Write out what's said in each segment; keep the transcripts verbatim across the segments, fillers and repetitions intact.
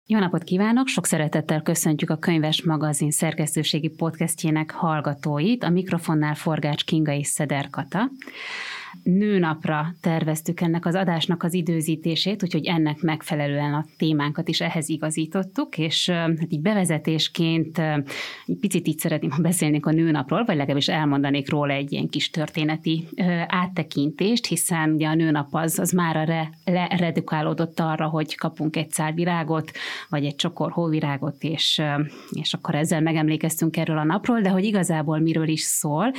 Jó napot kívánok! Sok szeretettel köszöntjük a Könyves Magazin szerkesztőségi podcastjének hallgatóit, a mikrofonnál Forgács Kinga és Szeder Kata. Nőnapra terveztük ennek az adásnak az időzítését, úgyhogy ennek megfelelően a témánkat is ehhez igazítottuk, és hát így bevezetésként egy picit így szeretném, ha beszélnék a nőnapról, vagy legalábbis elmondanék róla egy ilyen kis történeti áttekintést, hiszen ugye a nőnap az, az már leredukálódott arra, hogy kapunk egy szál virágot, vagy egy csokor hóvirágot, és, és akkor ezzel megemlékeztünk erről a napról, de hogy igazából miről is szól,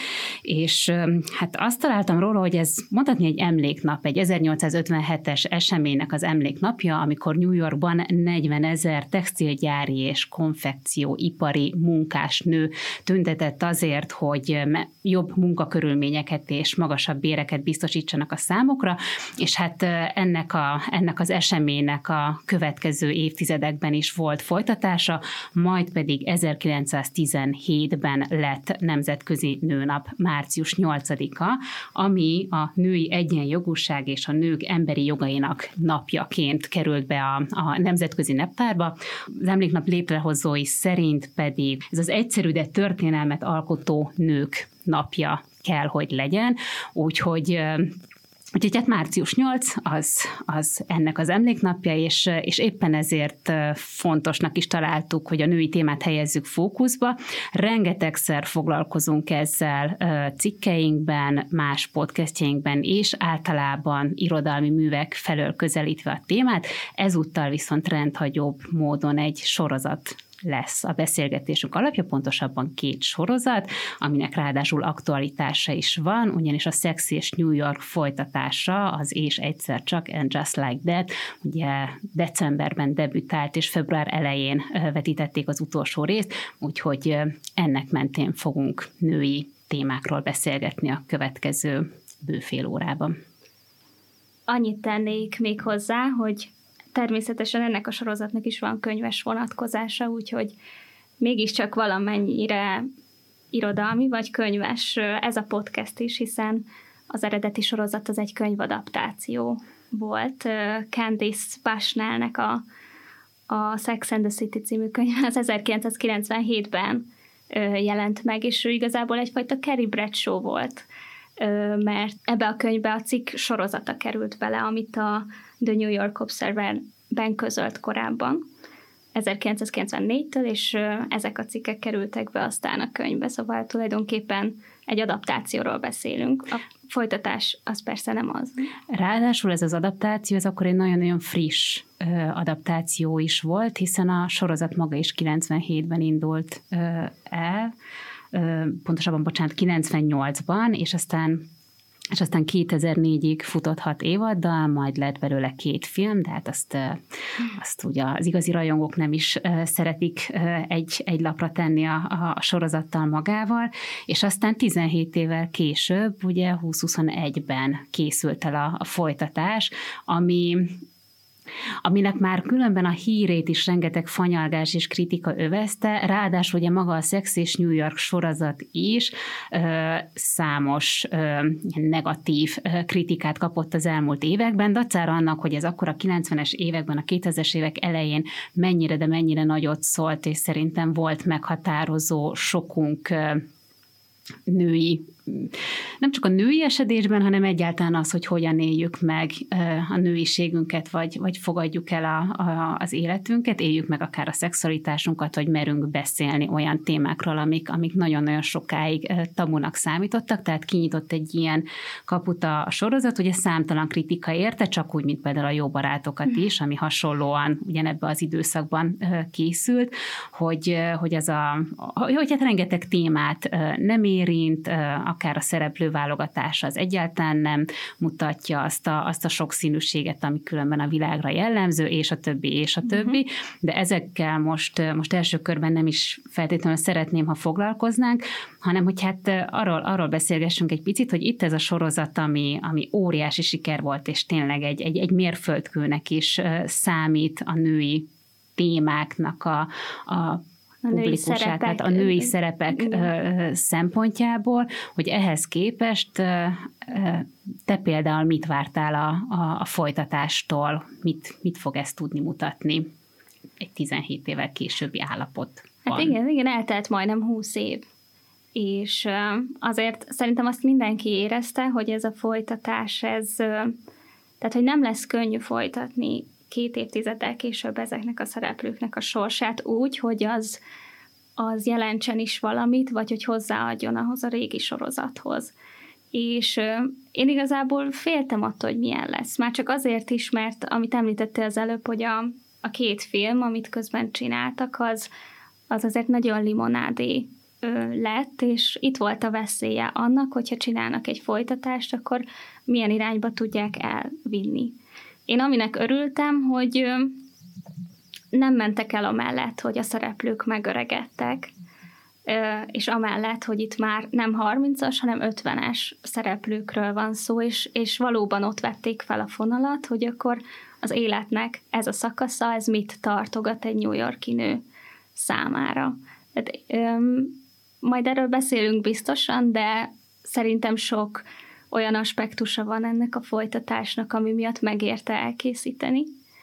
és hát azt találtam róla, hogy ez mondhatni egy emléknap, egy ezernyolcszázötvenhetes eseménynek az emléknapja, amikor New Yorkban negyvenezer textilgyári és konfekcióipari munkásnő tüntetett azért, hogy jobb munkakörülményeket és magasabb béreket biztosítsanak a számukra, és hát ennek, a, ennek az eseménynek a következő évtizedekben is volt folytatása, majd pedig ezerkilencszáztizenhétben lett Nemzetközi Nőnap március nyolcadika, ami a női egyenjogúság és a nők emberi jogainak napjaként került be a, a nemzetközi naptárba. Az emléknap létrehozói szerint pedig ez az egyszerű, de történelmet alkotó nők napja kell, hogy legyen, úgyhogy Úgyhogy hát március nyolcadika az, az ennek az emléknapja, és, és éppen ezért fontosnak is találtuk, hogy a női témát helyezzük fókuszba. Rengetegszer foglalkozunk ezzel cikkeinkben, más podcastjainkben is, általában irodalmi művek felől közelítve a témát, ezúttal viszont rendhagyóbb módon egy sorozat lesz a beszélgetésünk alapja, pontosabban két sorozat, aminek ráadásul aktualitása is van, ugyanis a Sex és New York folytatása, az És egyszer csak, and Just Like That, ugye decemberben debütált, és február elején vetítették az utolsó részt, úgyhogy ennek mentén fogunk női témákról beszélgetni a következő bőfél órában. Annyit tennék még hozzá, hogy természetesen ennek a sorozatnak is van könyves vonatkozása, úgyhogy mégiscsak valamennyire irodalmi vagy könyves ez a podcast is, hiszen az eredeti sorozat az egy könyvadaptáció volt. Candice Bushnellnek a, a Sex and the City című könyv az ezerkilencszázkilencvenhétben jelent meg, és ő igazából egyfajta Carrie Bradshaw volt, mert ebbe a könyvbe a cikk sorozata került bele, amit a The New York Observer-ben közölt korábban, ezerkilencszázkilencvennégytől, és ezek a cikkek kerültek be aztán a könyvbe, szóval tulajdonképpen egy adaptációról beszélünk. A folytatás az persze nem az. Ráadásul ez az adaptáció, ez akkor egy nagyon-nagyon friss adaptáció is volt, hiszen a sorozat maga is kilencvenhétben indult el, pontosabban, bocsánat, kilencvennyolcban, és aztán és aztán kétezer-négyig futott hat évaddal, majd lett belőle két film, de hát azt, azt ugye az igazi rajongók nem is szeretik egy, egy lapra tenni a, a sorozattal magával, és aztán tizenhét évvel később, ugye húsz-huszonegyben készült el a, a folytatás, ami aminek már különben a hírét is rengeteg fanyalgás és kritika övezte, ráadásul ugye maga a Sex és New York sorozat is ö, számos ö, negatív ö, kritikát kapott az elmúlt években, dacára annak, hogy ez akkor a kilencvenes években, a kétezres évek elején mennyire, de mennyire nagyot szólt, és szerintem volt meghatározó sokunk ö, női, nem csak a női esedésben, hanem egyáltalán az, hogy hogyan éljük meg a nőiségünket, vagy, vagy fogadjuk el a, a, az életünket, éljük meg akár a szexualitásunkat, vagy merünk beszélni olyan témákról, amik, amik nagyon-nagyon sokáig tabunak számítottak, tehát kinyitott egy ilyen kaput a sorozat, ugye számtalan kritika érte, csak úgy, mint például a Jó barátokat is, ami hasonlóan ugyanebbe az időszakban készült, hogy, hogy ez a, hogy hát rengeteg témát nem érint, akár a szereplő válogatása az egyáltalán nem mutatja azt a, azt a sokszínűséget, ami különben a világra jellemző, és a többi, és a többi, uh-huh. de ezekkel most, most első körben nem is feltétlenül szeretném, ha foglalkoznánk, hanem hogy hát arról, arról beszélgessünk egy picit, hogy itt ez a sorozat, ami, ami óriási siker volt, és tényleg egy, egy, egy mérföldkőnek is számít a női témáknak a, a A női szerepek, a női szerepek igen. szempontjából, hogy ehhez képest te például mit vártál a, a, a folytatástól, mit, mit fog ezt tudni mutatni? egy tizenhét évvel későbbi állapot van. Hát igen, igen, eltelt majdnem húsz év. És azért szerintem azt mindenki érezte, hogy ez a folytatás, ez, tehát hogy nem lesz könnyű folytatni két évtizeddel később ezeknek a szereplőknek a sorsát úgy, hogy az, az jelentsen is valamit, vagy hogy hozzáadjon ahhoz a régi sorozathoz. És én igazából féltem attól, hogy milyen lesz. Már csak azért is, mert amit említettél az előbb, hogy a, a két film, amit közben csináltak, az, az azért nagyon limonádé lett, és itt volt a veszélye annak, hogyha csinálnak egy folytatást, akkor milyen irányba tudják elvinni. Én aminek örültem, hogy nem mentek el amellett, hogy a szereplők megöregedtek, és amellett, hogy itt már nem harmincas, hanem ötvenes szereplőkről van szó, és, és valóban ott vették fel a fonalat, hogy akkor az életnek ez a szakasza, ez mit tartogat egy New York-i nő számára. Tehát, öm, majd erről beszélünk biztosan, de szerintem sok olyan aspektusa van ennek a folytatásnak, ami miatt megérte elkészíteni.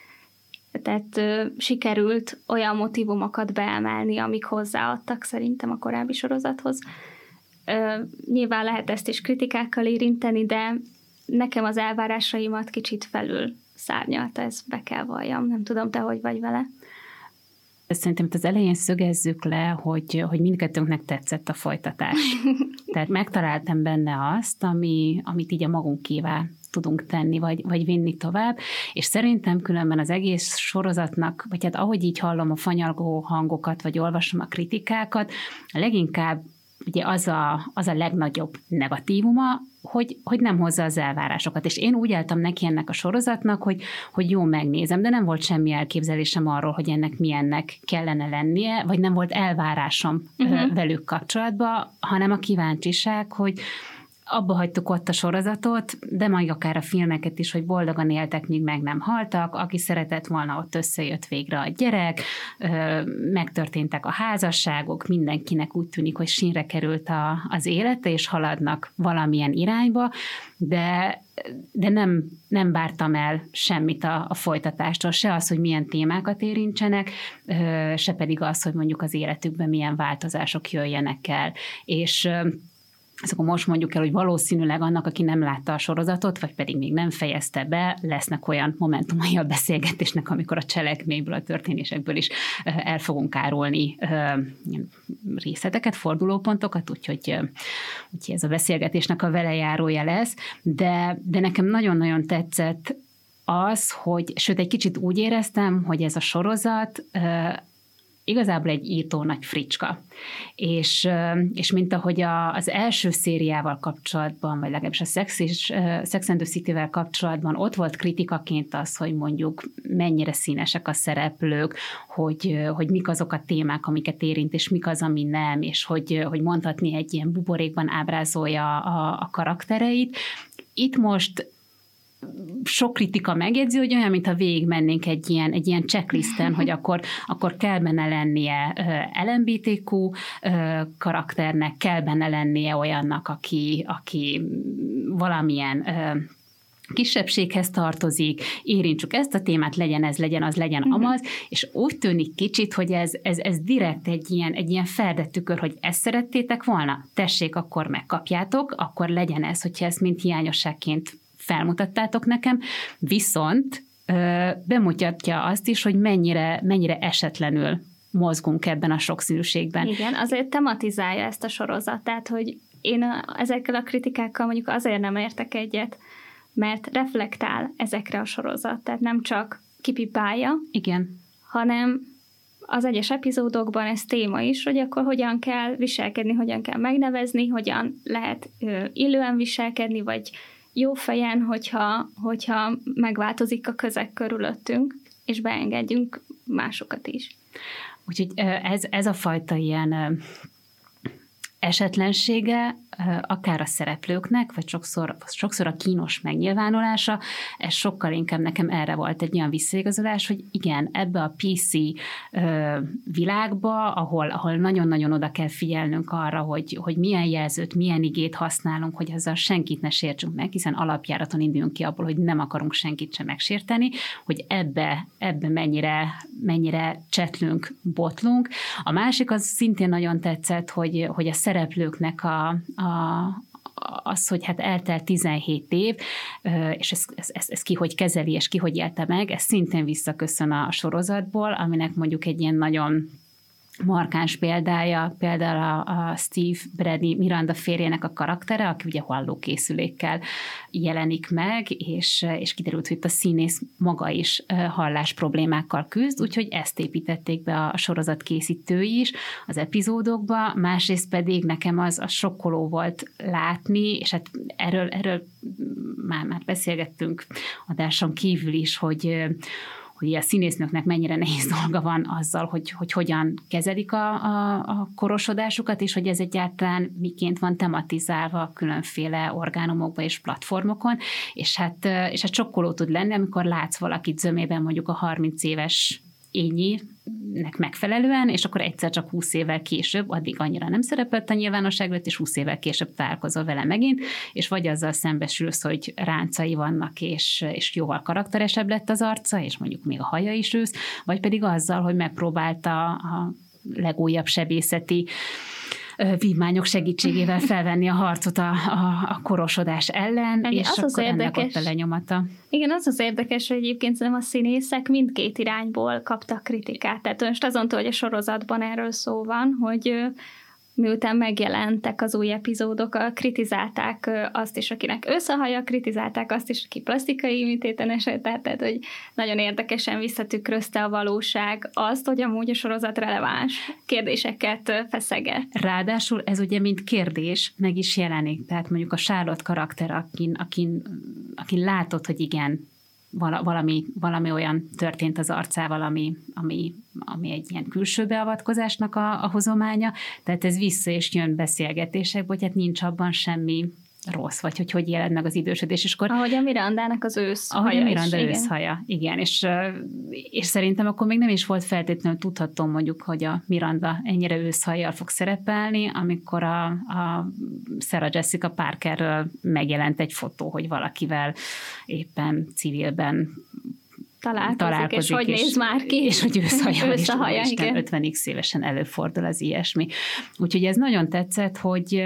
Tehát ö, sikerült olyan motivumokat beemelni, amik hozzáadtak szerintem a korábbi sorozathoz. Ö, nyilván lehet ezt is kritikákkal érinteni, de nekem az elvárásaimat kicsit felül szárnyalta, ezt be kell valljam. Nem tudom, te hogy vagy vele. Szerintem az elején szögezzük le, hogy, hogy mindkettőnknek tetszett a folytatás. Tehát megtaláltam benne azt, ami, amit így a magunkévá tudunk tenni, vagy, vagy vinni tovább, és szerintem különben az egész sorozatnak, vagy hát ahogy így hallom a fanyalgó hangokat, vagy olvasom a kritikákat, leginkább ugye az a, az a legnagyobb negatívuma, hogy, hogy nem hozza az elvárásokat. És én úgy álltam neki ennek a sorozatnak, hogy, hogy jó, megnézem, de nem volt semmi elképzelésem arról, hogy ennek milyennek kellene lennie, vagy nem volt elvárásom uh-huh. velük kapcsolatban, hanem a kíváncsiság, hogy abba hagytuk ott a sorozatot, de majd akár a filmeket is, hogy boldogan éltek, míg meg nem haltak, aki szeretett volna, ott összejött végre a gyerek, megtörténtek a házasságok, mindenkinek úgy tűnik, hogy sínre került a, az élete, és haladnak valamilyen irányba, de, de nem, nem vártam el semmit a, a folytatástól, se az, hogy milyen témákat érintsenek, se pedig az, hogy mondjuk az életükben milyen változások jöjjenek el. És ezt akkor most mondjuk el, hogy valószínűleg annak, aki nem látta a sorozatot, vagy pedig még nem fejezte be, lesznek olyan momentumai a beszélgetésnek, amikor a cselekményből, a történésekből is el fogunk árulni részleteket, fordulópontokat, úgyhogy, úgyhogy ez a beszélgetésnek a velejárója lesz, de, de nekem nagyon-nagyon tetszett az, hogy, sőt egy kicsit úgy éreztem, hogy ez a sorozat igazából egy írtó nagy fricska. És, és mint ahogy a, az első szériával kapcsolatban, vagy legalábbis a Sex, és, Sex and the City-vel kapcsolatban ott volt kritikaként az, hogy mondjuk mennyire színesek a szereplők, hogy, hogy mik azok a témák, amiket érint, és mik az, ami nem, és hogy, hogy mondhatni egy ilyen buborékban ábrázolja a, a karaktereit. Itt most sok kritika megjegyzi, hogy olyan, mintha végigmennénk egy ilyen, egy ilyen checklisten, hogy akkor, akkor kell benne lennie el em bé té kú karakternek, kell benne lennie olyannak, aki, aki valamilyen kisebbséghez tartozik, érintsük ezt a témát, legyen ez, legyen az, legyen uh-huh. amaz, és úgy tűnik kicsit, hogy ez, ez, ez direkt egy ilyen, egy ilyen feldett tükör, hogy ezt szerettétek volna, tessék, akkor megkapjátok, akkor legyen ez, hogyha ezt mint hiányosságként felmutattátok nekem, viszont ö, bemutatja azt is, hogy mennyire, mennyire esetlenül mozgunk ebben a sokszínűségben. Igen, azért tematizálja ezt a sorozat, tehát, hogy én a, ezekkel a kritikákkal mondjuk azért nem értek egyet, mert reflektál ezekre a sorozat, tehát nem csak kipipálja, igen, hanem az egyes epizódokban ez téma is, hogy akkor hogyan kell viselkedni, hogyan kell megnevezni, hogyan lehet ö, illően viselkedni, vagy jó fejen, hogyha, hogyha megváltozik a közeg körülöttünk, és beengedjünk másokat is. Úgyhogy ez, ez a fajta ilyen esetlensége akár a szereplőknek, vagy sokszor, sokszor a kínos megnyilvánulása, ez sokkal inkább nekem erre volt egy olyan visszaigazolás, hogy igen, ebbe a pé cé világba, ahol, ahol nagyon-nagyon oda kell figyelnünk arra, hogy, hogy milyen jelzőt, milyen igét használunk, hogy azzal senkit ne sértsünk meg, hiszen alapjáraton induljunk ki abból, hogy nem akarunk senkit sem megsérteni, hogy ebbe, ebbe mennyire, mennyire csetlünk, botlunk. A másik az szintén nagyon tetszett, hogy, hogy a szereplőknek a, a az, hogy hát eltelt tizenhét év, és ez, ez, ez, ez ki hogy kezeli, és ki hogy élte meg, ez szintén visszaköszön a sorozatból, aminek mondjuk egy ilyen nagyon markáns példája, például a, a Steve Brady Miranda férjének a karaktere, aki ugye hallókészülékkel jelenik meg, és, és kiderült, hogy a színész maga is hallás problémákkal küzd, úgyhogy ezt építették be a sorozat készítői is az epizódokba, másrészt pedig nekem az a sokkoló volt látni, és hát erről, erről már, már beszélgettünk adáson kívül is, hogy hogy a színésznőknek mennyire nehéz dolga van azzal, hogy, hogy hogyan kezelik a, a, a korosodásukat, és hogy ez egyáltalán miként van tematizálva különféle orgánumokban és platformokon, és hát, és hát sokkoló tud lenni, amikor látsz valakit zömében mondjuk a harminc éves ényinek megfelelően, és akkor egyszer csak húsz évvel később, addig annyira nem szerepelt a nyilvánosság előtt, és húsz évvel később találkozol vele megint, és vagy azzal szembesülsz, hogy ráncai vannak, és, és jóval karakteresebb lett az arca, és mondjuk még a haja is ősz, vagy pedig azzal, hogy megpróbálta a legújabb sebészeti vívmányok segítségével felvenni a harcot a, a, a korosodás ellen, Ennyi, és az akkor az ennek ott a lenyomata. Igen, az az érdekes, hogy egyébként szerintem a színészek mindkét irányból kaptak kritikát. Tehát most azon túl, hogy a sorozatban erről szó van, hogy miután megjelentek az új epizódok, kritizálták azt is, akinek összehaja, kritizálták azt is, aki plastikai műtéten esett, tehát hogy nagyon érdekesen visszatükrözte a valóság azt, hogy amúgy a sorozat releváns kérdéseket feszeget. Ráadásul ez ugye mint kérdés meg is jelenik, tehát mondjuk a Charlotte karakter, akin, akin, akin látod, hogy igen, valami, valami olyan történt az arcával, ami, ami, ami egy ilyen külső beavatkozásnak a, a hozománya, tehát ez vissza és jön beszélgetésekbe, hogy hát nincs abban semmi rossz, vagy hogy hogy éled meg az idősödés. És akkor, ahogy a Mirandának az őszhaja. Ahogy a Miranda őszhaja, igen. És, és szerintem akkor még nem is volt feltétlenül tudhatom mondjuk, hogy a Miranda ennyire őszhajjal fog szerepelni, amikor a, a Sarah Jessica Parkerről megjelent egy fotó, hogy valakivel éppen civilben találkozik, találkozik, és hogy és, néz már ki. És hogy őszhaja, és Isten ötven x évesen előfordul az ilyesmi. Úgyhogy ez nagyon tetszett, hogy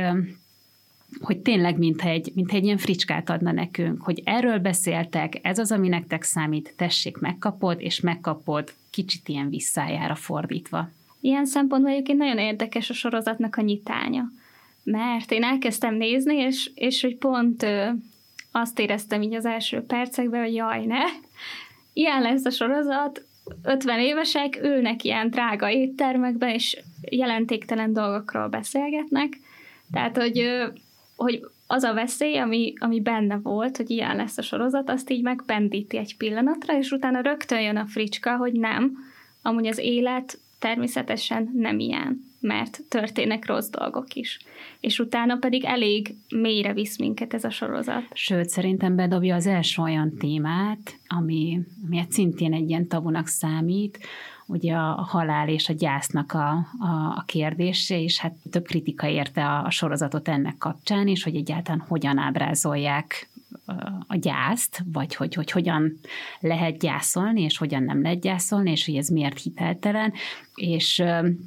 hogy tényleg mintha egy, mintha egy ilyen fricskát adna nekünk, hogy erről beszéltek, ez az, ami nektek számít, tessék, megkapod, és megkapod kicsit ilyen visszájára fordítva. Ilyen szempontból egyébként nagyon érdekes a sorozatnak a nyitánya, mert én elkezdtem nézni, és, és hogy pont ö, azt éreztem így az első percekben, hogy jaj, ne, ilyen lesz a sorozat, ötven évesek ülnek ilyen drága éttermekben, és jelentéktelen dolgokról beszélgetnek, tehát, hogy hogy az a veszély, ami, ami benne volt, hogy ilyen lesz a sorozat, azt így megpendíti egy pillanatra, és utána rögtön jön a fricska, hogy nem, amúgy az élet természetesen nem ilyen, mert történnek rossz dolgok is. És utána pedig elég mélyre visz minket ez a sorozat. Sőt, szerintem bedobja az első olyan témát, ami, ami szintén egy ilyen tabunak számít, ugye a halál és a gyásznak a, a, a kérdése, és hát több kritika érte a, a sorozatot ennek kapcsán is, hogy egyáltalán hogyan ábrázolják a gyászt, vagy hogy, hogy hogyan lehet gyászolni, és hogyan nem lehet gyászolni, és hogy ez miért hiteltelen, és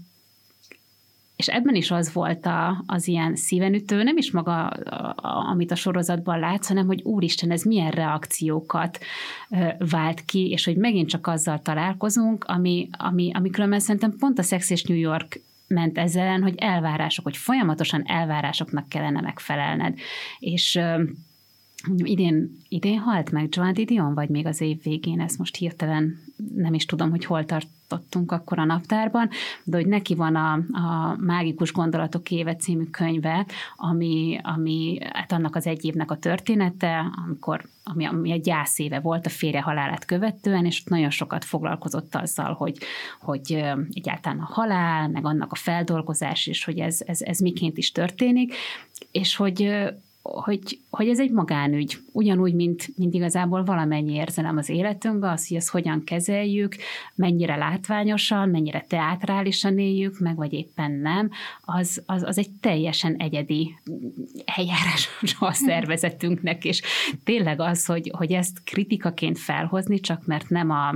És ebben is az volt a, az ilyen szívenütő, nem is maga, a, a, amit a sorozatban látsz, hanem hogy úristen, ez milyen reakciókat ö, vált ki, és hogy megint csak azzal találkozunk, ami, ami, ami különben szerintem pont a Sex és New York ment ezzel ellen, hogy elvárások, hogy folyamatosan elvárásoknak kellene megfelelned. És ö, idén, idén halt meg Joan Didion, vagy még az év végén, ezt most hirtelen nem is tudom, hogy hol tartottunk akkor a naptárban, de hogy neki van a, a Mágikus gondolatok éve című könyve, ami, ami hát annak az egy évnek a története, amikor, ami, ami a gyászéve volt a férje halálát követően, és nagyon sokat foglalkozott azzal, hogy, hogy egyáltalán a halál, meg annak a feldolgozás is, hogy ez, ez, ez miként is történik, és hogy Hogy, hogy ez egy magánügy, ugyanúgy, mint, mint igazából valamennyi érzelem az életünkben, az, hogy ezt hogyan kezeljük, mennyire látványosan, mennyire teátrálisan éljük meg, vagy éppen nem, az, az, az egy teljesen egyedi eljárás a szervezetünknek, és tényleg az, hogy, hogy ezt kritikaként felhozni, csak mert nem a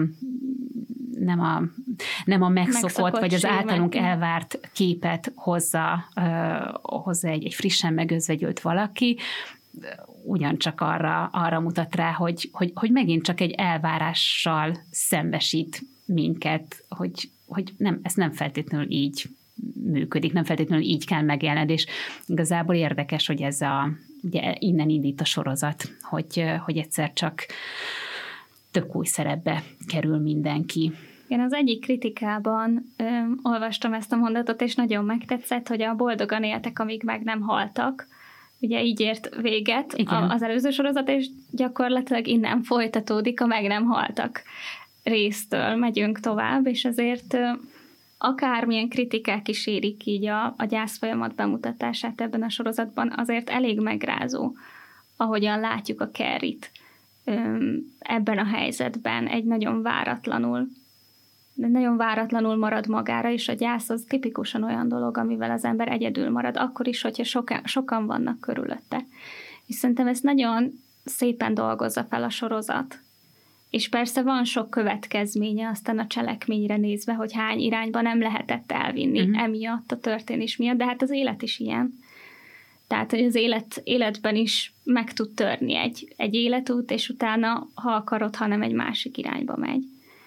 nem a, nem a megszokott, megszokott vagy az általunk elvárt képet hozza, uh, hozza egy, egy frissen megözvegyült valaki, ugyancsak arra, arra mutat rá, hogy, hogy, hogy megint csak egy elvárással szembesít minket, hogy, hogy nem, ez nem feltétlenül így működik, nem feltétlenül így kell megjelenni, és igazából érdekes, hogy ez a, ugye innen indít a sorozat, hogy, hogy egyszer csak tök új szerepbe kerül mindenki. Én az egyik kritikában ö, olvastam ezt a mondatot, és nagyon megtetszett, hogy a boldogan éltek, amíg meg nem haltak. Ugye így ért véget a, az előző sorozat, és gyakorlatilag innen folytatódik a meg nem haltak résztől. Megyünk tovább, és azért ö, akármilyen kritikák is érik így a, a gyászfolyamat bemutatását ebben a sorozatban, azért elég megrázó, ahogyan látjuk a Carrie-t ebben a helyzetben, egy nagyon váratlanul, de nagyon váratlanul marad magára, és a gyász az tipikusan olyan dolog, amivel az ember egyedül marad, akkor is, hogyha sokan, sokan vannak körülötte. És szerintem ezt nagyon szépen dolgozza fel a sorozat. És persze van sok következménye aztán a cselekményre nézve, hogy hány irányba nem lehetett elvinni uh-huh. emiatt, a történés miatt, de hát az élet is ilyen. Tehát, hogy az élet, életben is meg tud törni egy, egy életút, és utána, ha akarod, hanem egy másik irányba megy.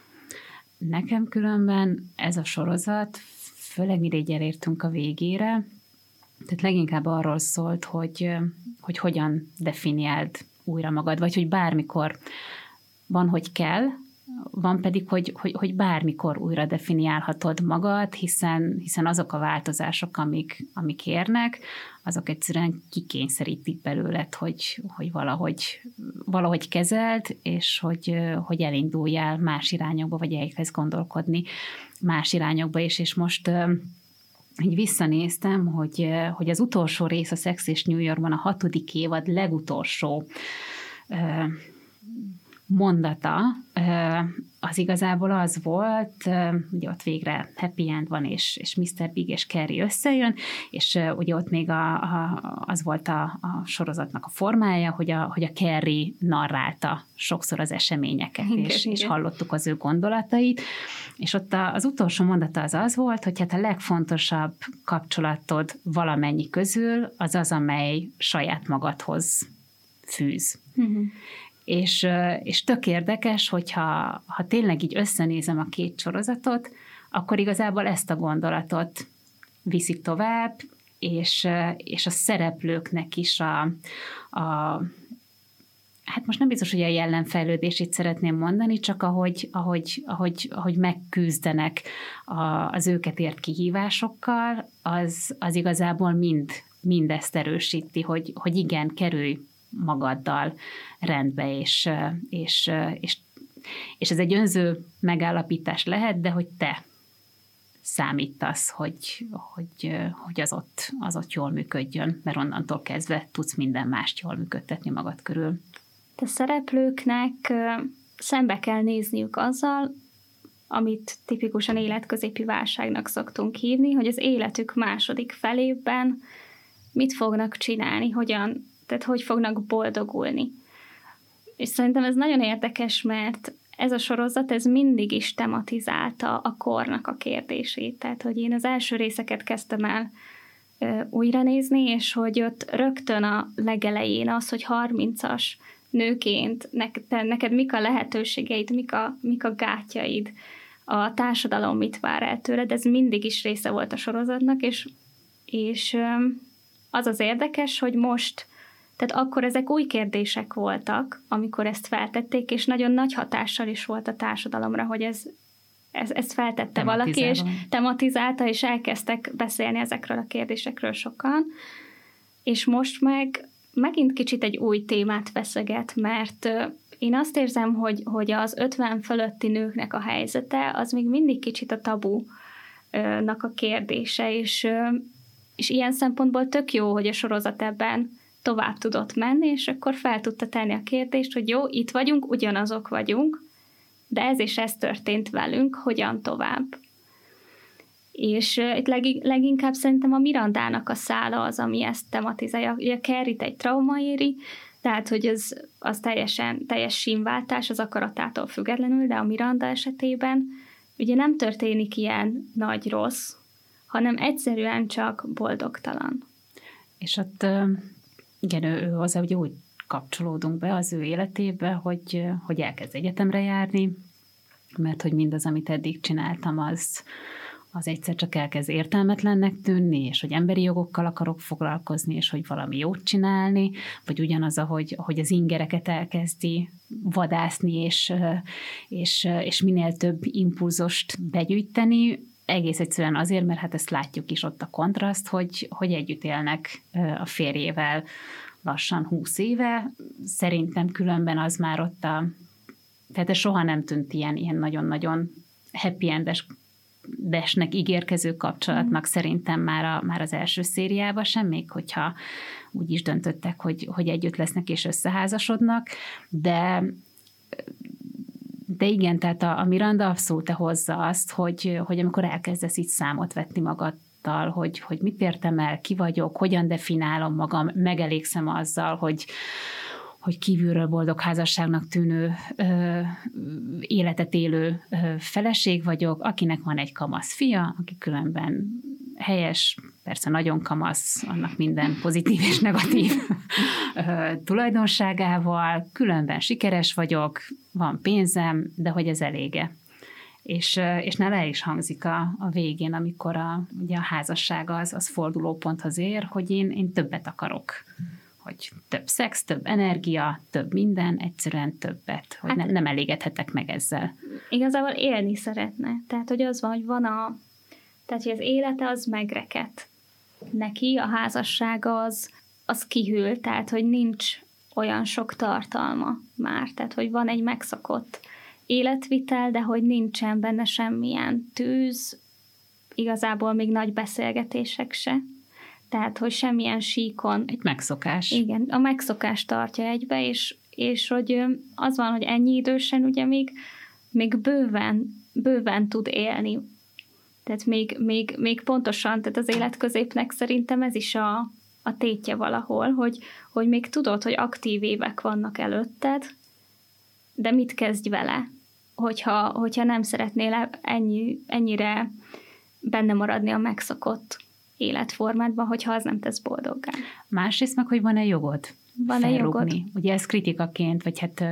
Nekem különben ez a sorozat, főleg mire így elértünk a végére, tehát leginkább arról szólt, hogy, hogy hogyan definiáld újra magad, vagy hogy bármikor van, hogy kell, van pedig, hogy, hogy, hogy bármikor újra definiálhatod magad, hiszen, hiszen azok a változások, amik, amik érnek, azok egyszerűen kikényszerítik belőled, hogy, hogy valahogy, valahogy kezeld, és hogy, hogy elinduljál más irányokba, vagy elkezd gondolkodni más irányokba is, és most így visszanéztem, hogy, hogy az utolsó rész, a Sex és New Yorkban, a hatodik évad legutolsó mondata, az igazából az volt, ugye ott végre happy end van, és, és miszter Big és Carrie összejön, és ugye ott még a, a, az volt a, a sorozatnak a formája, hogy a, hogy a Carrie narrálta sokszor az eseményeket, igen, és, igen. és hallottuk az ő gondolatait, és ott az utolsó mondata az az volt, hogy hát a legfontosabb kapcsolatod valamennyi közül az az, amely saját magadhoz fűz. Uh-huh. És, és tök érdekes, hogyha ha tényleg így összenézem a két sorozatot, akkor igazából ezt a gondolatot viszik tovább, és, és a szereplőknek is a, a, hát most nem biztos, hogy a jellemfejlődését szeretném mondani, csak ahogy, ahogy, ahogy, ahogy megküzdenek a, az őket ért kihívásokkal, az, az igazából mind, mindezt erősíti, hogy, hogy igen, kerülj magaddal rendbe, és, és, és, és ez egy önző megállapítás lehet, de hogy te számítasz, hogy, hogy, hogy az, ott, az ott jól működjön, mert onnantól kezdve tudsz minden mást jól működtetni magad körül. A szereplőknek szembe kell nézniük azzal, amit tipikusan életközépi válságnak szoktunk hívni, hogy az életük második felében mit fognak csinálni, hogyan tehát hogy fognak boldogulni. És szerintem ez nagyon érdekes, mert ez a sorozat, ez mindig is tematizálta a kornak a kérdését. Tehát, hogy én az első részeket kezdtem el ö, újra nézni, és hogy ott rögtön a legelején az, hogy harmincas nőként neked, neked mik a lehetőségeid, mik a, mik a gátjaid, a társadalom mit vár el tőled, ez mindig is része volt a sorozatnak, és, és ö, az az érdekes, hogy most Tehát akkor ezek új kérdések voltak, amikor ezt feltették, és nagyon nagy hatással is volt a társadalomra, hogy ez, ez, ez feltette valaki, és tematizálta, és elkezdtek beszélni ezekről a kérdésekről sokan. És most meg megint kicsit egy új témát veszeget, mert én azt érzem, hogy, hogy az ötven fölötti nőknek a helyzete az még mindig kicsit a tabunak a kérdése, és, és ilyen szempontból tök jó, hogy a sorozat ebben tovább tudott menni, és akkor fel tudta tenni a kérdést, hogy jó, itt vagyunk, ugyanazok vagyunk, de ez és ez történt velünk, hogyan tovább. És uh, itt leg, leginkább szerintem a Mirandának a szála az, ami ezt tematizálja. Ugye a Carrie-t egy trauma éri, tehát, hogy az, az teljesen, teljes sínváltás az akaratától függetlenül, de a Miranda esetében ugye nem történik ilyen nagy rossz, hanem egyszerűen csak boldogtalan. És ott igen, ő, ő hozzá ugye úgy kapcsolódunk be az ő életébe, hogy, hogy elkezd egyetemre járni, mert hogy mindaz, amit eddig csináltam, az, az egyszer csak elkezd értelmetlennek tűnni, és hogy emberi jogokkal akarok foglalkozni, és hogy valami jót csinálni, vagy ugyanaz, ahogy, ahogy az ingereket elkezdi vadászni, és, és, és minél több impulzust begyűjteni, egész egyszerűen azért, mert hát ezt látjuk is ott a kontraszt, hogy, hogy együtt élnek a férjével lassan húsz éve. Szerintem különben az már ott a... Tehát ez soha nem tűnt ilyen, ilyen nagyon-nagyon happy endes desnek ígérkező kapcsolatnak mm. szerintem már, a, már az első szériában sem, még hogyha úgy is döntöttek, hogy, hogy együtt lesznek és összeházasodnak, de de igen, tehát a, a Miranda abszolút hozza azt, hogy, hogy amikor elkezdesz így számot vetni magaddal, hogy, hogy mit értem el, ki vagyok, hogyan definiálom magam, megelégszem azzal, hogy hogy kívülről boldog házasságnak tűnő ö, életet élő ö, feleség vagyok, akinek van egy kamasz fia, aki különben helyes, persze nagyon kamasz, annak minden pozitív és negatív ö, tulajdonságával, különben sikeres vagyok, van pénzem, de hogy ez elége. És, és nála el is hangzik a, a végén, amikor a, ugye a házasság az, az fordulóponthoz ér, hogy én, én többet akarok. Hogy több szex, több energia, több minden, egyszerűen többet, hogy hát, ne, nem elégedhetek meg ezzel. Igazából élni szeretne. Tehát, hogy az van, hogy van a... Tehát, hogy az élete az megrekedt. Neki a házassága az, az kihűl, tehát, hogy nincs olyan sok tartalma már. Tehát, hogy van egy megszokott életvitel, de hogy nincsen benne semmilyen tűz, igazából még nagy beszélgetések se. Tehát, hogy semmilyen síkon... Egy megszokás. Igen, a megszokás tartja egybe, és, és hogy az van, hogy ennyi idősen ugye még, még bőven, bőven tud élni. Tehát még, még, még pontosan, tehát az életközépnek szerintem ez is a, a tétje valahol, hogy, hogy még tudod, hogy aktív évek vannak előtted, de mit kezdj vele, hogyha, hogyha nem szeretnél ennyi, ennyire benne maradni a megszokott életformádban, hogyha az nem tesz boldoggá. Másrészt meg, hogy van-e jogod van-e jogod? Ugye ez kritikaként, vagy hát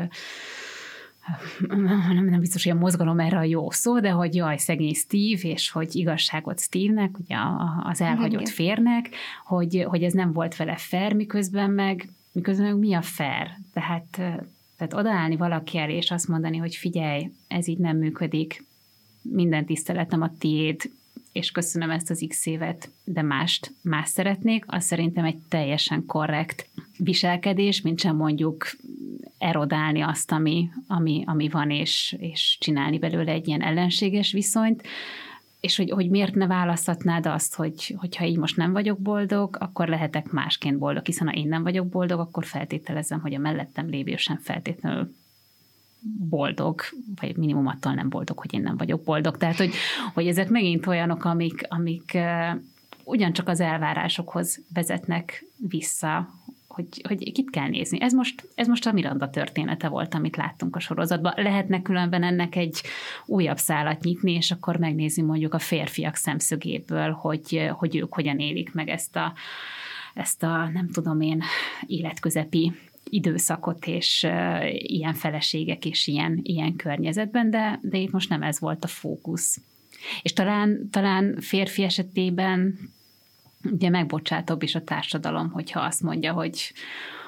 nem, nem biztos, hogy a mozgalom erre a jó szó, de hogy jaj, szegény Steve, és hogy igazságot Steve-nek, ugye az elhagyott igen. férnek, hogy, hogy ez nem volt vele fair, miközben meg, miközben meg mi a fair? Tehát, tehát odaállni valaki elé, és azt mondani, hogy figyelj, ez így nem működik, minden tiszteletem a tiéd, és köszönöm ezt az x évet, de mást, más szeretnék, az szerintem egy teljesen korrekt viselkedés, mint sem mondjuk erodálni azt, ami, ami, ami van, és, és csinálni belőle egy ilyen ellenséges viszonyt, és hogy, hogy miért ne választhatnád azt, hogy, hogyha így most nem vagyok boldog, akkor lehetek másként boldog, hiszen ha én nem vagyok boldog, akkor feltételezem, hogy a mellettem lévő sem feltétlenül boldog, vagy minimum attól nem boldog, hogy én nem vagyok boldog. Tehát, hogy, hogy ezek megint olyanok, amik, amik uh, ugyancsak az elvárásokhoz vezetnek vissza, hogy, hogy kit kell nézni. Ez most, ez most a Miranda története volt, amit láttunk a sorozatban. Lehetne különben ennek egy újabb szálat nyitni, és akkor megnézni mondjuk a férfiak szemszögéből, hogy, hogy ők hogyan élik meg ezt a, ezt a nem tudom én, életközepi időszakot, és uh, ilyen feleségek, és ilyen, ilyen környezetben, de, de itt most nem ez volt a fókusz. És talán, talán férfi esetében ugye megbocsátóbb is a társadalom, hogyha azt mondja, hogy,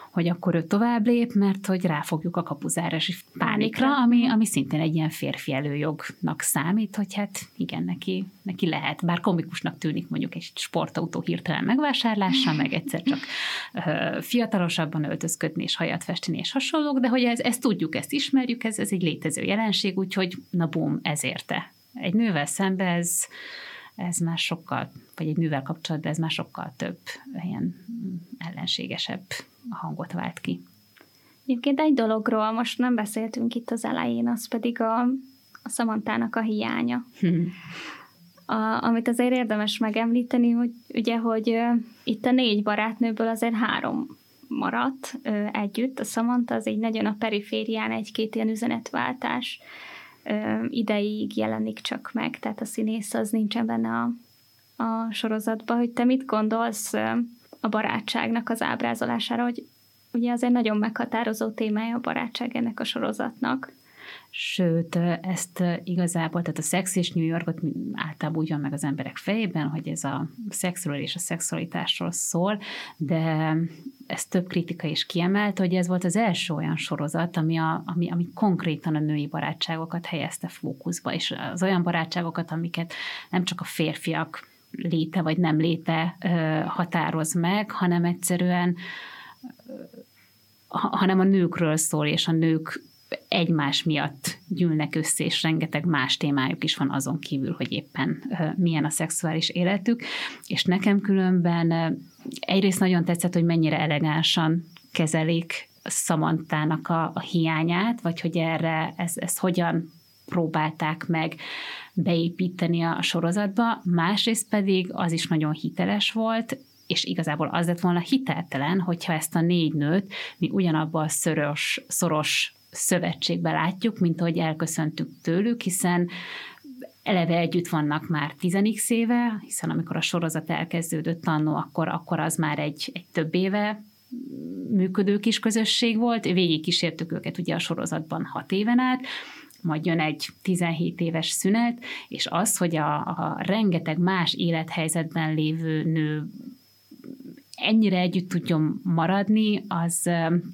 hogy akkor ő tovább lép, mert hogy ráfogjuk a kapuzárási pánikra, ami, ami szintén egy ilyen férfi előjognak számít, hogy hát igen, neki, neki lehet, bár komikusnak tűnik mondjuk egy sportautó hirtelen megvásárlása, meg egyszer csak uh, fiatalosabban öltözködni és hajat festeni és hasonlók, de hogy ez, ezt tudjuk, ezt ismerjük, ez, ez egy létező jelenség, úgyhogy na bum, ez érte. Egy nővel szemben ez, ez már sokkal, vagy egy nővel kapcsolatban ez már sokkal több ilyen ellenségesebb hangot vált ki. Egyébként egy dologról most nem beszéltünk itt az elején, az pedig a, a Samanthának a hiánya. Hmm. A, amit azért érdemes megemlíteni, hogy ugye, hogy uh, itt a négy barátnőből azért három maradt uh, együtt. A Samantha az így nagyon a periférián egy-két ilyen üzenetváltás uh, ideig jelenik csak meg, tehát a színész az nincsen benne a, a sorozatban. Hogy te mit gondolsz uh, a barátságnak az ábrázolására, hogy ugye azért nagyon meghatározó témája a barátság ennek a sorozatnak. Sőt, ezt igazából, tehát a szex és New Yorkot általában úgy van meg az emberek fejében, hogy ez a szexről és a szexualitásról szól, de ezt több kritika is kiemelt, hogy ez volt az első olyan sorozat, ami, a, ami, ami konkrétan a női barátságokat helyezte fókuszba, és az olyan barátságokat, amiket nem csak a férfiak léte vagy nem léte határoz meg, hanem egyszerűen hanem a nőkről szól, és a nők egymás miatt gyűlnek össze, és rengeteg más témájuk is van azon kívül, hogy éppen milyen a szexuális életük, és nekem különben egyrészt nagyon tetszett, hogy mennyire elegánsan kezelik Samanthának a, a hiányát, vagy hogy erre ezt, ezt hogyan próbálták meg beépíteni a sorozatba, másrészt pedig az is nagyon hiteles volt, és igazából az lett volna hiteltelen, hogyha ezt a négy nőt mi ugyanabban a szoros, szoros szövetségben látjuk, mint ahogy elköszöntük tőlük, hiszen eleve együtt vannak már tizenik éve, hiszen amikor a sorozat elkezdődött annó, akkor, akkor az már egy, egy több éve működő kis közösség volt, végig kísértük őket ugye a sorozatban hat éven át, majd jön egy tizenhét éves szünet, és az, hogy a, a rengeteg más élethelyzetben lévő nő ennyire együtt tudjon maradni, az,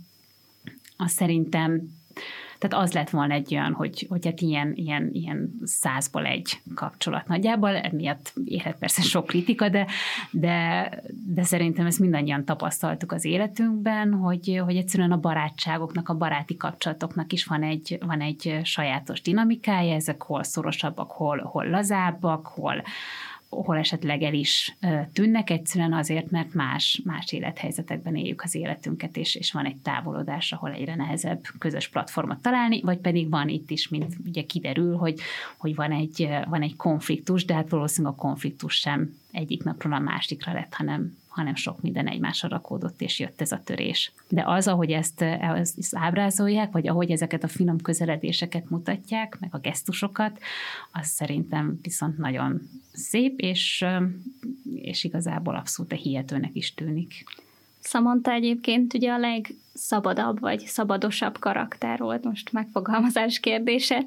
az szerintem, tehát az lett volna egy olyan, hogy, hogy hát ilyen, ilyen, ilyen százból egy kapcsolat nagyjából, emiatt érhet persze sok kritika, de, de, de szerintem ezt mindannyian tapasztaltuk az életünkben, hogy, hogy egyszerűen a barátságoknak, a baráti kapcsolatoknak is van egy, van egy sajátos dinamikája, ezek hol szorosabbak, hol, hol lazábbak, hol, hol esetleg el is tűnnek, egyszerűen azért, mert más, más élethelyzetekben éljük az életünket, és, és van egy távolodás, ahol egyre nehezebb közös platformot találni, vagy pedig van itt is, mint ugye kiderül, hogy, hogy van, egy, van egy konfliktus, de hát valószínűleg a konfliktus sem egyik napról a másikra lett, hanem, hanem sok minden egymásra rakódott, és jött ez a törés. De az, ahogy ezt, ezt ábrázolják, vagy ahogy ezeket a finom közeledéseket mutatják, meg a gesztusokat, az szerintem viszont nagyon szép, és, és igazából abszolút hihetőnek is tűnik. Samantha egyébként ugye a legszabadabb, vagy szabadosabb karakter volt, most megfogalmazás kérdése.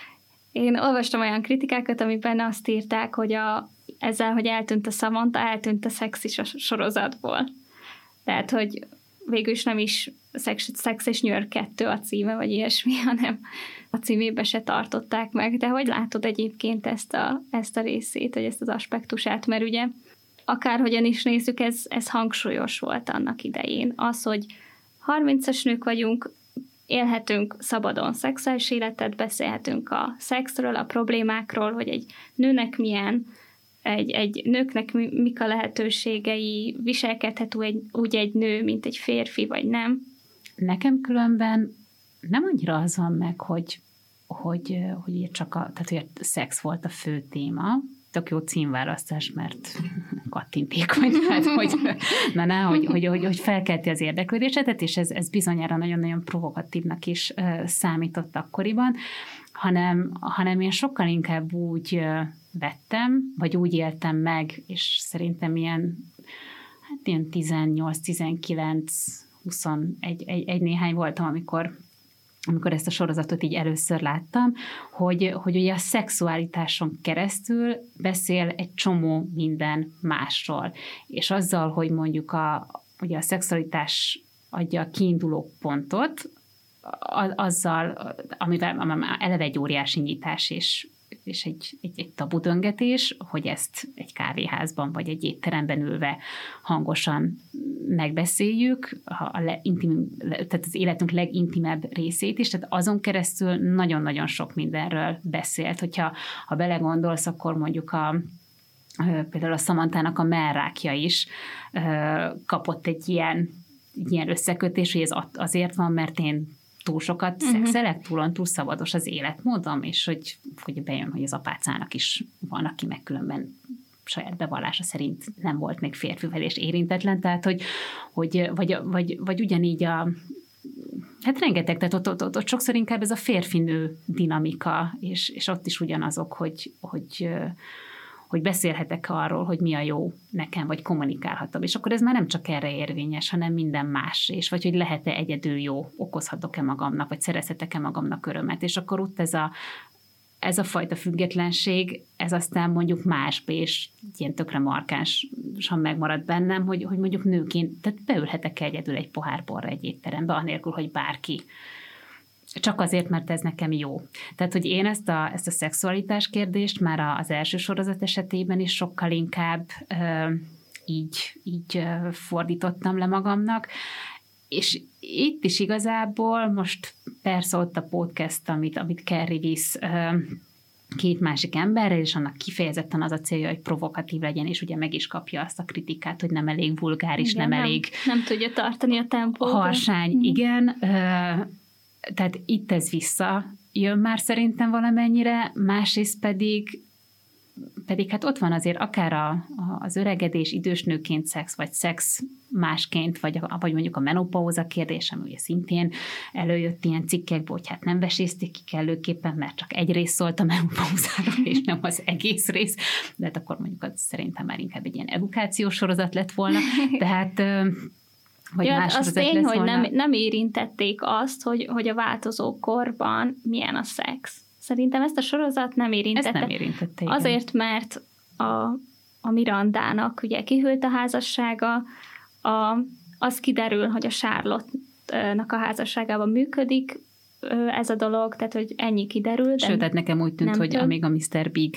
Én olvastam olyan kritikákat, amiben azt írták, hogy a ezzel, hogy eltűnt a Samantha, eltűnt a szex is a sorozatból. Tehát, hogy végül is nem is Sex, Sex és New York kettő a címe, vagy ilyesmi, hanem a címébe se tartották meg. De hogy látod egyébként ezt a, ezt a részét, vagy ezt az aspektusát? Mert ugye akárhogyan is nézzük, ez, ez hangsúlyos volt annak idején. Az, hogy harmincas nők vagyunk, élhetünk szabadon szexuális életet, beszélhetünk a szexről, a problémákról, hogy egy nőnek milyen, Egy, egy nőknek mik a lehetőségei, viselkedhet úgy, úgy egy nő, mint egy férfi, vagy nem? Nekem különben nem annyira az van meg, hogy, hogy, hogy csak a, tehát, hogy a szex volt a fő téma, tök jó címválasztás, mert kattintékony, hát, hogy, na, na, hogy, hogy, hogy, hogy felkelti az érdeklődésedet, és ez, ez bizonyára nagyon-nagyon provokatívnak is számított akkoriban, hanem, hanem én sokkal inkább úgy vettem, vagy úgy éltem meg, és szerintem ilyen, hát ilyen tizennyolc, tizenkilenc, huszonegy egy, egy néhány voltam, amikor, amikor ezt a sorozatot így először láttam, hogy, hogy ugye a szexualitáson keresztül beszél egy csomó minden másról. És azzal, hogy mondjuk a, ugye a szexualitás adja a kiinduló pontot, azzal, amivel eleve egy óriási nyitás és, és egy, egy, egy tabudöngetés, hogy ezt egy kávéházban vagy egy étteremben ülve hangosan megbeszéljük, a le, intim, tehát az életünk legintimebb részét is, tehát azon keresztül nagyon-nagyon sok mindenről beszélt. Hogyha ha belegondolsz, akkor mondjuk a például a Samantának a mellrákja is kapott egy ilyen, ilyen összekötés, hogy ez azért van, mert én túl sokat uh-huh. szexelek, túl, túl szabados az életmódom, és hogy, hogy bejön, hogy az apácának is van, aki meg különben saját bevallása szerint nem volt még férfivel és érintetlen, tehát hogy, hogy vagy, vagy, vagy ugyanígy a hát rengeteg, tehát ott, ott, ott, ott sokszor inkább ez a férfinő dinamika, és, és ott is ugyanazok, hogy, hogy hogy beszélhetek arról, hogy mi a jó nekem, vagy kommunikálhatom. És akkor ez már nem csak erre érvényes, hanem minden más, és vagy hogy lehet-e egyedül jó, okozhatok-e magamnak, vagy szerezhetek-e magamnak örömet. És akkor ott ez a, ez a fajta függetlenség, ez aztán mondjuk másba, és ilyen tökre markánsan megmarad bennem, hogy, hogy mondjuk nőként, tehát beülhetek egyedül egy pohár borra egy étterembe, anélkül, hogy bárki. Csak azért, mert ez nekem jó. Tehát, hogy én ezt a, ezt a szexualitás kérdést már az első sorozat esetében is sokkal inkább ö, így, így ö, fordítottam le magamnak, és itt is igazából most persze ott a podcast, amit, amit Kerry visz ö, két másik emberrel, és annak kifejezetten az a célja, hogy provokatív legyen, és ugye meg is kapja azt a kritikát, hogy nem elég vulgáris, igen, nem, nem elég... Nem tudja tartani a tempót. Harsány, hmm. igen. Ö, Tehát itt ez visszajön már szerintem valamennyire, másrészt pedig, pedig hát ott van azért akár a, a, az öregedés idős nőként szex, vagy szex másként, vagy, a, vagy mondjuk a menopauza kérdés, ami ugye szintén előjött ilyen cikkekből, hogy hát nem vesézték ki kellőképpen, mert csak egy rész szólt a menopauzáról, és nem az egész rész, de hát akkor mondjuk az szerintem már inkább egy ilyen edukációs sorozat lett volna, tehát... Vagy ja, az tény, hogy nem, nem érintették azt, hogy, hogy a változó korban milyen a szex. Szerintem ezt a sorozat nem érintette. Ezt nem érintette, igen. Azért, mert a, a Mirandának ugye kihűlt a házassága, a, az kiderül, hogy a Charlotte-nak a házasságában működik ez a dolog, tehát hogy ennyi kiderül. Sőt, tehát nekem úgy tűnt, hogy több. amíg a miszter Big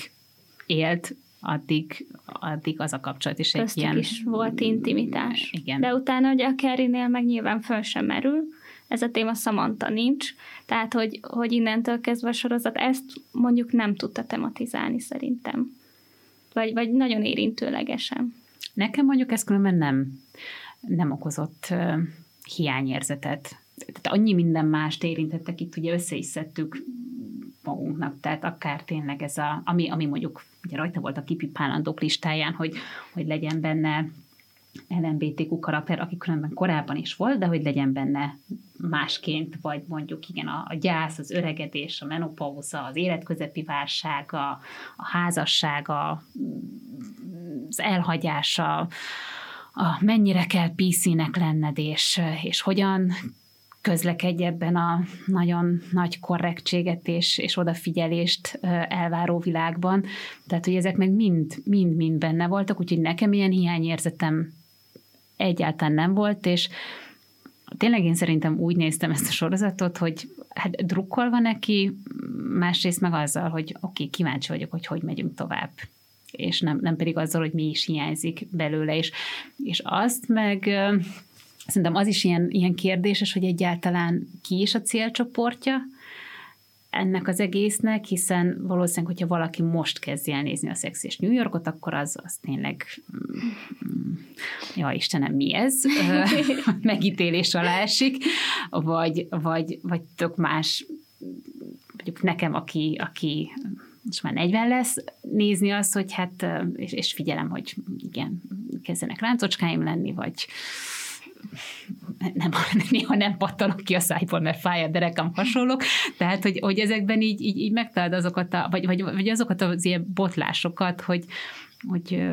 élt, addig, addig az a kapcsolat is egy köztük ilyen... is volt intimitás. Igen. De utána ugye a Carrie-nél meg nyilván föl sem merül, ez a téma Samantha nincs, tehát hogy, hogy innentől kezdve a sorozat ezt mondjuk nem tudta tematizálni szerintem. Vagy, vagy nagyon érintőlegesen. Nekem mondjuk ez különben nem, nem okozott uh, hiányérzetet. Tehát annyi minden mást érintettek, itt ugye össze is szedtük magunknak, tehát akár tényleg ez a, ami, ami mondjuk ugye rajta volt a kipipálandók listáján, hogy, hogy legyen benne el em bé té kú karakter, aki különben korábban is volt, de hogy legyen benne másként, vagy mondjuk igen, a, a gyász, az öregedés, a menopauza, az életközepi válság, a, a házasság, a, az elhagyása, a mennyire kell pé cé-nek lenned, és, és hogyan közlekedj ebben a nagyon nagy korrektséget és, és odafigyelést elváró világban. Tehát, hogy ezek meg mind, mind, mind benne voltak, úgyhogy nekem ilyen hiányérzetem egyáltalán nem volt, és tényleg én szerintem úgy néztem ezt a sorozatot, hogy hát drukkolva neki, másrészt meg azzal, hogy oké, okay, kíváncsi vagyok, hogy hogy megyünk tovább. És nem, nem pedig azzal, hogy mi is hiányzik belőle. És, és azt meg... Szerintem az is ilyen, ilyen kérdéses, hogy egyáltalán ki is a célcsoportja ennek az egésznek, hiszen valószínűleg, hogyha valaki most kezdi el nézni a Sex és New Yorkot, akkor az, az tényleg, ja Istenem, mi ez? Megítélés alá esik, vagy, vagy, vagy tök más, mondjuk nekem, aki, aki most már negyven lesz, nézni azt, hogy hát, és, és figyelem, hogy igen, kezdenek ráncocskáim lenni, vagy nem, néha nem pattanok ki a szájból, mert fáj a derekam, hasonlók, tehát, hogy, hogy ezekben így, így, így megtaláld azokat, a, vagy, vagy, vagy azokat az ilyen botlásokat, hogy, hogy,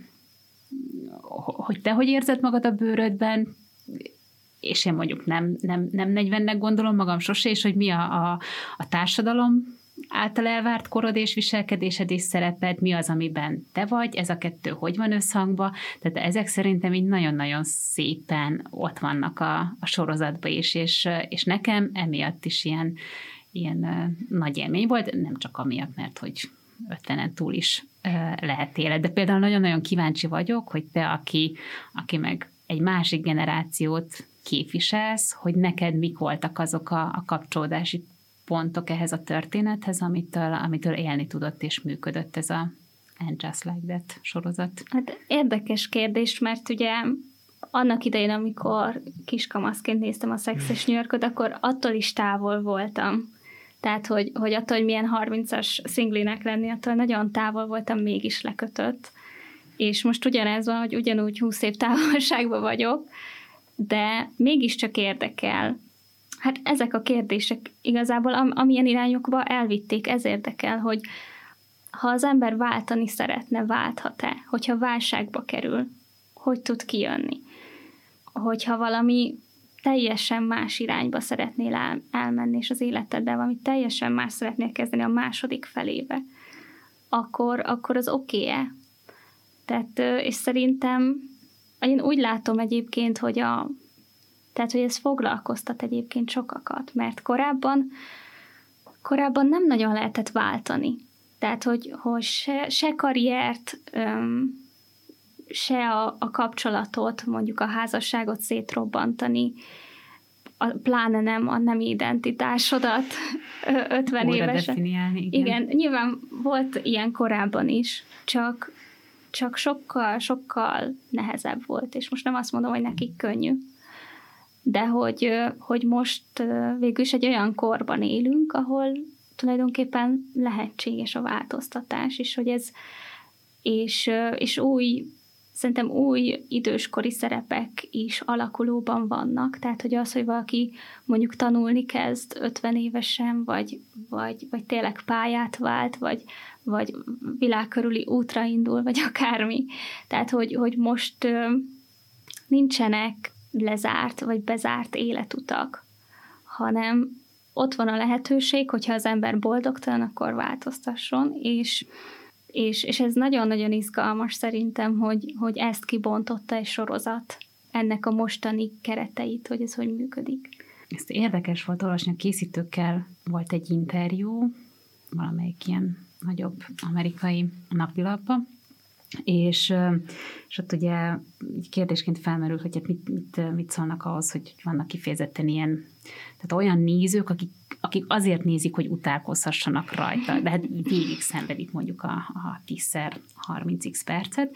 hogy te hogy érzed magad a bőrödben, és én mondjuk nem, nem, nem negyvennek gondolom magam sose, és hogy mi a, a, a társadalom által elvárt korod és viselkedésed és szereped, mi az, amiben te vagy, ez a kettő hogy van összhangba, tehát ezek szerintem így nagyon-nagyon szépen ott vannak a, a sorozatban is, és, és nekem emiatt is ilyen, ilyen uh, nagy élmény volt, nem csak amiatt, mert hogy ötvenen túl is uh, lehet élet, de például nagyon-nagyon kíváncsi vagyok, hogy te, aki, aki meg egy másik generációt képviselsz, hogy neked mik voltak azok a, a kapcsolódási pontok ehhez a történethez, amitől, amitől élni tudott és működött ez a And Just Like That sorozat. Hát érdekes kérdés, mert ugye annak idején, amikor kiskamaszként néztem a Sex és New Yorkot, akkor attól is távol voltam. Tehát, hogy, hogy attól, hogy milyen harmincas szinglinek lenni, attól nagyon távol voltam, mégis lekötött. És most ugyanez van, hogy ugyanúgy húsz év távolságban vagyok, de mégiscsak érdekel. Hát ezek a kérdések igazából am- amilyen irányokba elvitték, ez érdekel, hogy ha az ember váltani szeretne, válthat-e? Hogyha válságba kerül, hogy tud kijönni? Hogyha valami teljesen más irányba szeretnél el- elmenni, és az életeddel valami teljesen más szeretnél kezdeni a második felébe, akkor, akkor az oké-e? Tehát, és szerintem én úgy látom egyébként, hogy a Tehát, hogy ez foglalkoztat egyébként sokakat, mert korábban, korábban nem nagyon lehetett váltani. Tehát, hogy, hogy se, se karriert, öm, se a, a kapcsolatot, mondjuk a házasságot szétrobbantani, a, pláne nem a nemi identitásodat ötven évesen. Definiálni, igen. Igen, nyilván volt ilyen korábban is, csak, csak sokkal, sokkal nehezebb volt, és most nem azt mondom, hogy nekik könnyű. De hogy, hogy most végül is egy olyan korban élünk, ahol tulajdonképpen lehetséges a változtatás, és hogy ez, és, és új, szerintem új időskori szerepek is alakulóban vannak, tehát hogy az, hogy valaki mondjuk tanulni kezd ötven évesen, vagy, vagy, vagy tényleg pályát vált, vagy, vagy világkörüli útra indul, vagy akármi. Tehát, hogy, hogy most nincsenek lezárt vagy bezárt életutak, hanem ott van a lehetőség, hogyha az ember boldogtalan, akkor változtasson, és, és, és ez nagyon-nagyon izgalmas szerintem, hogy, hogy ezt kibontotta egy sorozat, ennek a mostani kereteit, hogy ez hogy működik. Ezt érdekes volt olvasni, a készítőkkel volt egy interjú, valamelyik ilyen nagyobb amerikai napilapban, És, és ott ugye kérdésként felmerül, hogy mit, mit, mit szólnak ahhoz, hogy vannak kifejezetten ilyen, tehát olyan nézők, akik, akik azért nézik, hogy utálkozhassanak rajta, de hát végig szenvedik mondjuk a, a tízszer harminc x percet.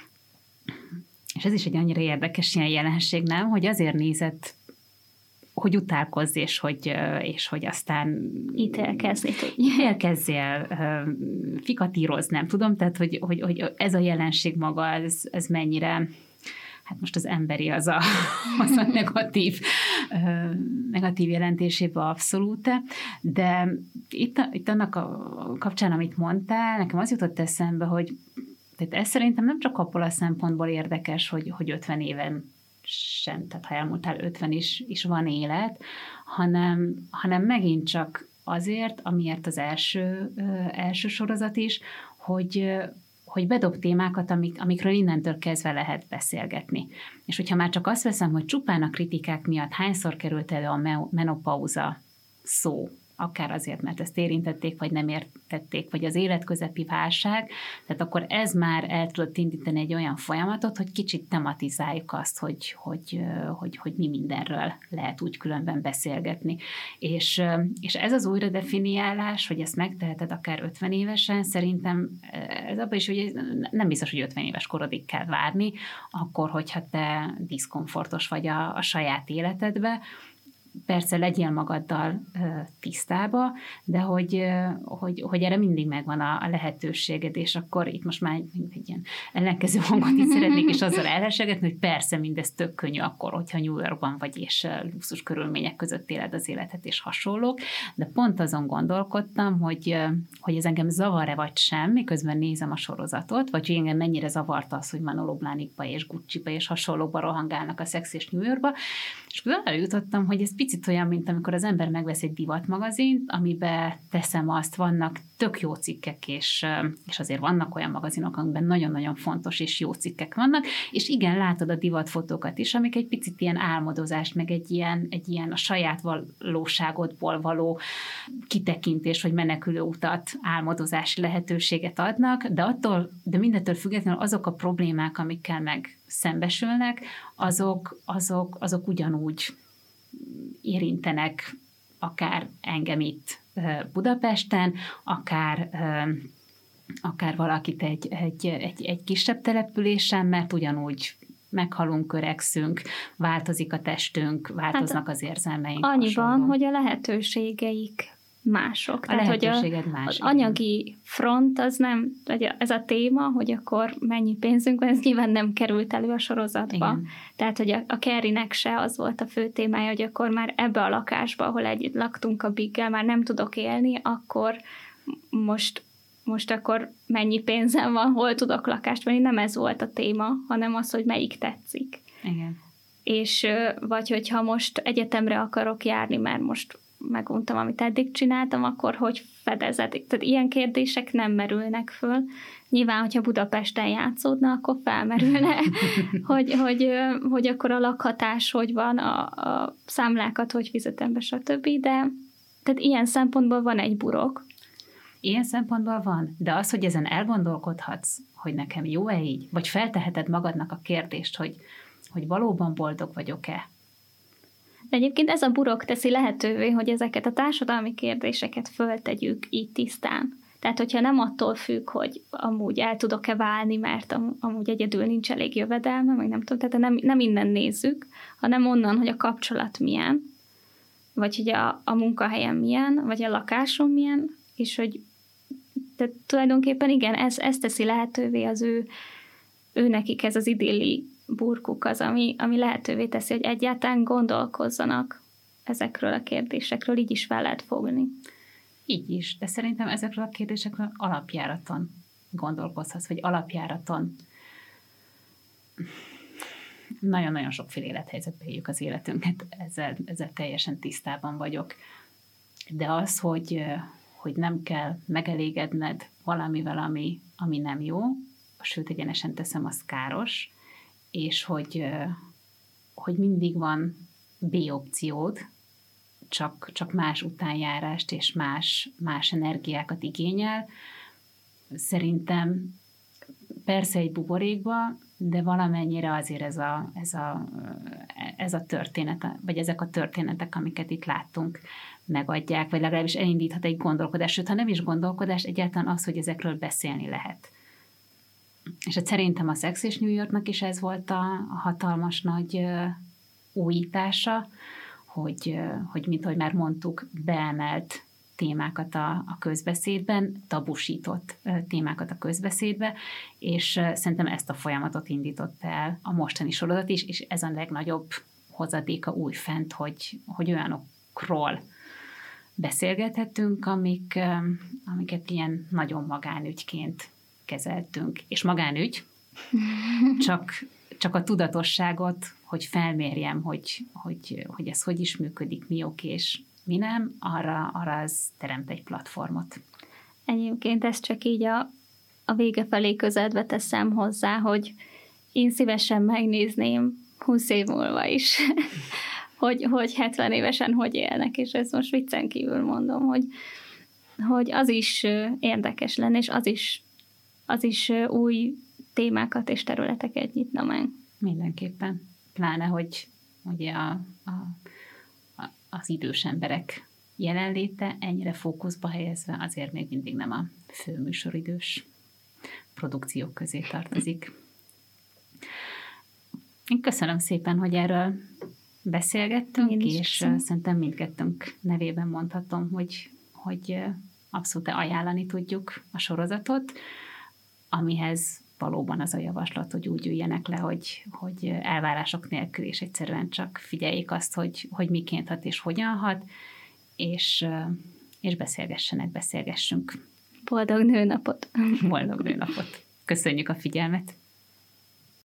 És ez is egy annyira érdekes ilyen jelenség, nem? Hogy azért nézett, hogy utálkozz, és hogy, és hogy aztán ítélkezni. Ítélkezzél, fikatíroz, nem tudom, tehát hogy, hogy, hogy ez a jelenség maga, ez, ez mennyire, hát most az emberi az a, az a negatív, negatív jelentésében abszolút, de itt, itt annak a kapcsán, amit mondtál, nekem az jutott eszembe, hogy tehát ez szerintem nem csak abból a szempontból érdekes, hogy, hogy ötven éven sem, tehát ha elmúltál ötven is, is van élet, hanem, hanem megint csak azért, amiért az első, első sorozat is, hogy, hogy bedob témákat, amik, amikről innentől kezdve lehet beszélgetni. És hogyha már csak azt veszem, hogy csupán a kritikák miatt hányszor került elő a menopauza szó, akár azért, mert ezt érintették, vagy nem értették, vagy az életközepi válság, tehát akkor ez már el tudott indítani egy olyan folyamatot, hogy kicsit tematizáljuk azt, hogy, hogy, hogy, hogy mi mindenről lehet úgy különben beszélgetni. És, és ez az újradefiniálás, hogy ezt megteheted akár ötven évesen, szerintem ez abban is, hogy nem biztos, hogy ötven éves korodig kell várni, akkor, hogyha te diszkomfortos vagy a, a saját életedbe, persze legyél magaddal tisztába, de hogy, hogy, hogy erre mindig megvan a, a lehetőséged, és akkor itt most már egy ilyen ellenkező hangot is szeretnék, és azzal ellenségetni, hogy persze mindez tök könnyű akkor, hogyha New Yorkban vagy, és luxus körülmények között éled az életet, és hasonlók, de pont azon gondolkodtam, hogy, hogy ez engem zavar-e vagy sem, miközben nézem a sorozatot, vagy hogy engem mennyire zavarta az, hogy Manolo Blahnikba és Gucciba és hasonlókba rohangálnak a Sex és New Yorkba, és akkor eljutottam, hogy ez picit olyan, mint amikor az ember megvesz egy divatmagazint, amiben teszem azt, vannak tök jó cikkek, és, és azért vannak olyan magazinok, amiben nagyon-nagyon fontos és jó cikkek vannak, és igen, látod a divatfotókat is, amik egy picit ilyen álmodozást, meg egy ilyen, egy ilyen a saját valóságodból való kitekintés, vagy menekülő utat, álmodozási lehetőséget adnak, de attól, de mindettől függetlenül azok a problémák, amikkel meg szembesülnek, azok, azok, azok ugyanúgy érintenek akár engem itt Budapesten, akár, akár valakit egy, egy, egy, egy kisebb településen, mert ugyanúgy meghalunk, öregszünk, változik a testünk, változnak hát az érzelmeink. Annyiban, hasonló. Hogy a lehetőségeik mások. A Tehát, lehetőséged hogy a, más. az anyagi front, az nem, vagy ez a téma, hogy akkor mennyi pénzünk van, ez nyilván nem került elő a sorozatba. Igen. Tehát, hogy a, a Carrie-nek se az volt a fő témája, hogy akkor már ebbe a lakásba, ahol együtt laktunk a Biggel, már nem tudok élni, akkor most, most akkor mennyi pénzem van, hol tudok lakást venni. Nem ez volt a téma, hanem az, hogy melyik tetszik. Igen. És vagy hogyha most egyetemre akarok járni, mert most meguntam, amit eddig csináltam, akkor hogy fedezedik? Tehát ilyen kérdések nem merülnek föl. Nyilván, hogyha Budapesten játszódna, akkor felmerülne, hogy, hogy, hogy akkor a lakhatás hogy van, a, a számlákat hogy fizetem be, stb. De tehát ilyen szempontból van egy burok. Ilyen szempontból van, de az, hogy ezen elgondolkodhatsz, hogy nekem jó-e így, vagy felteheted magadnak a kérdést, hogy, hogy valóban boldog vagyok-e. De egyébként ez a burok teszi lehetővé, hogy ezeket a társadalmi kérdéseket föltegyük így tisztán. Tehát, hogyha nem attól függ, hogy amúgy el tudok-e válni, mert am- amúgy egyedül nincs elég jövedelme, meg nem tudom, tehát nem, nem innen nézzük, hanem onnan, hogy a kapcsolat milyen, vagy hogy a, a munkahelyem milyen, vagy a lakásom milyen, és hogy tehát tulajdonképpen igen, ez, ez teszi lehetővé az ő, ő nekik ez az idilli burkuk az, ami, ami lehetővé teszi, hogy egyáltalán gondolkozzanak ezekről a kérdésekről, így is fel lehet fogni. Így is, de szerintem ezekről a kérdésekről alapjáraton gondolkozhatsz, vagy alapjáraton nagyon-nagyon sokféle élethelyzetbe éljük az életünket, ezzel, ezzel teljesen tisztában vagyok. De az, hogy, hogy nem kell megelégedned valamivel, ami, ami nem jó, sőt, egyenesen teszem, az káros, és hogy, hogy mindig van B-opciód, csak, csak más utánjárást és más, más energiákat igényel. Szerintem persze egy buborékba, de valamennyire azért ez a, ez a, ez a történet, vagy ezek a történetek, amiket itt láttunk, megadják, vagy legalábbis elindíthat egy gondolkodást, sőt, ha nem is gondolkodás, egyáltalán az, hogy ezekről beszélni lehet. És hát szerintem a Sex és New Yorknak is ez volt a, a hatalmas nagy uh, újítása, hogy, uh, hogy mint ahogy már mondtuk, beemelt témákat a, a közbeszédben, tabusított uh, témákat a közbeszédbe, és uh, szerintem ezt a folyamatot indított el a mostani sorozat is, és ez a legnagyobb hozadéka újfent, hogy, hogy olyanokról beszélgethetünk, amik, uh, amiket ilyen nagyon magánügyként kezeltünk. És magánügy, csak, csak a tudatosságot, hogy felmérjem, hogy, hogy, hogy ez hogy is működik, mi oké és mi nem, arra, arra az teremt egy platformot. Egyébként ezt csak így a, a vége felé közeledve teszem hozzá, hogy én szívesen megnézném húsz év múlva is, hogy, hogy hetven évesen hogy élnek, és ezt most viccen kívül mondom, hogy, hogy az is érdekes lenne, és az is az is új témákat és területeket nyitna meg. Mindenképpen. Pláne, hogy ugye a, a, a, az idős emberek jelenléte ennyire fókuszba helyezve azért még mindig nem a főműsoridős produkciók közé tartozik. Én köszönöm szépen, hogy erről beszélgettünk, és köszönöm. Szerintem mindkettőnk nevében mondhatom, hogy, hogy abszolút ajánlani tudjuk a sorozatot, amihez valóban az a javaslat, hogy úgy üljenek le, hogy, hogy elvárások nélkül, és egyszerűen csak figyeljék azt, hogy, hogy miként hat és hogyan hat, és, és beszélgessenek, beszélgessünk. Boldog nőnapot! Boldog nőnapot! Köszönjük a figyelmet!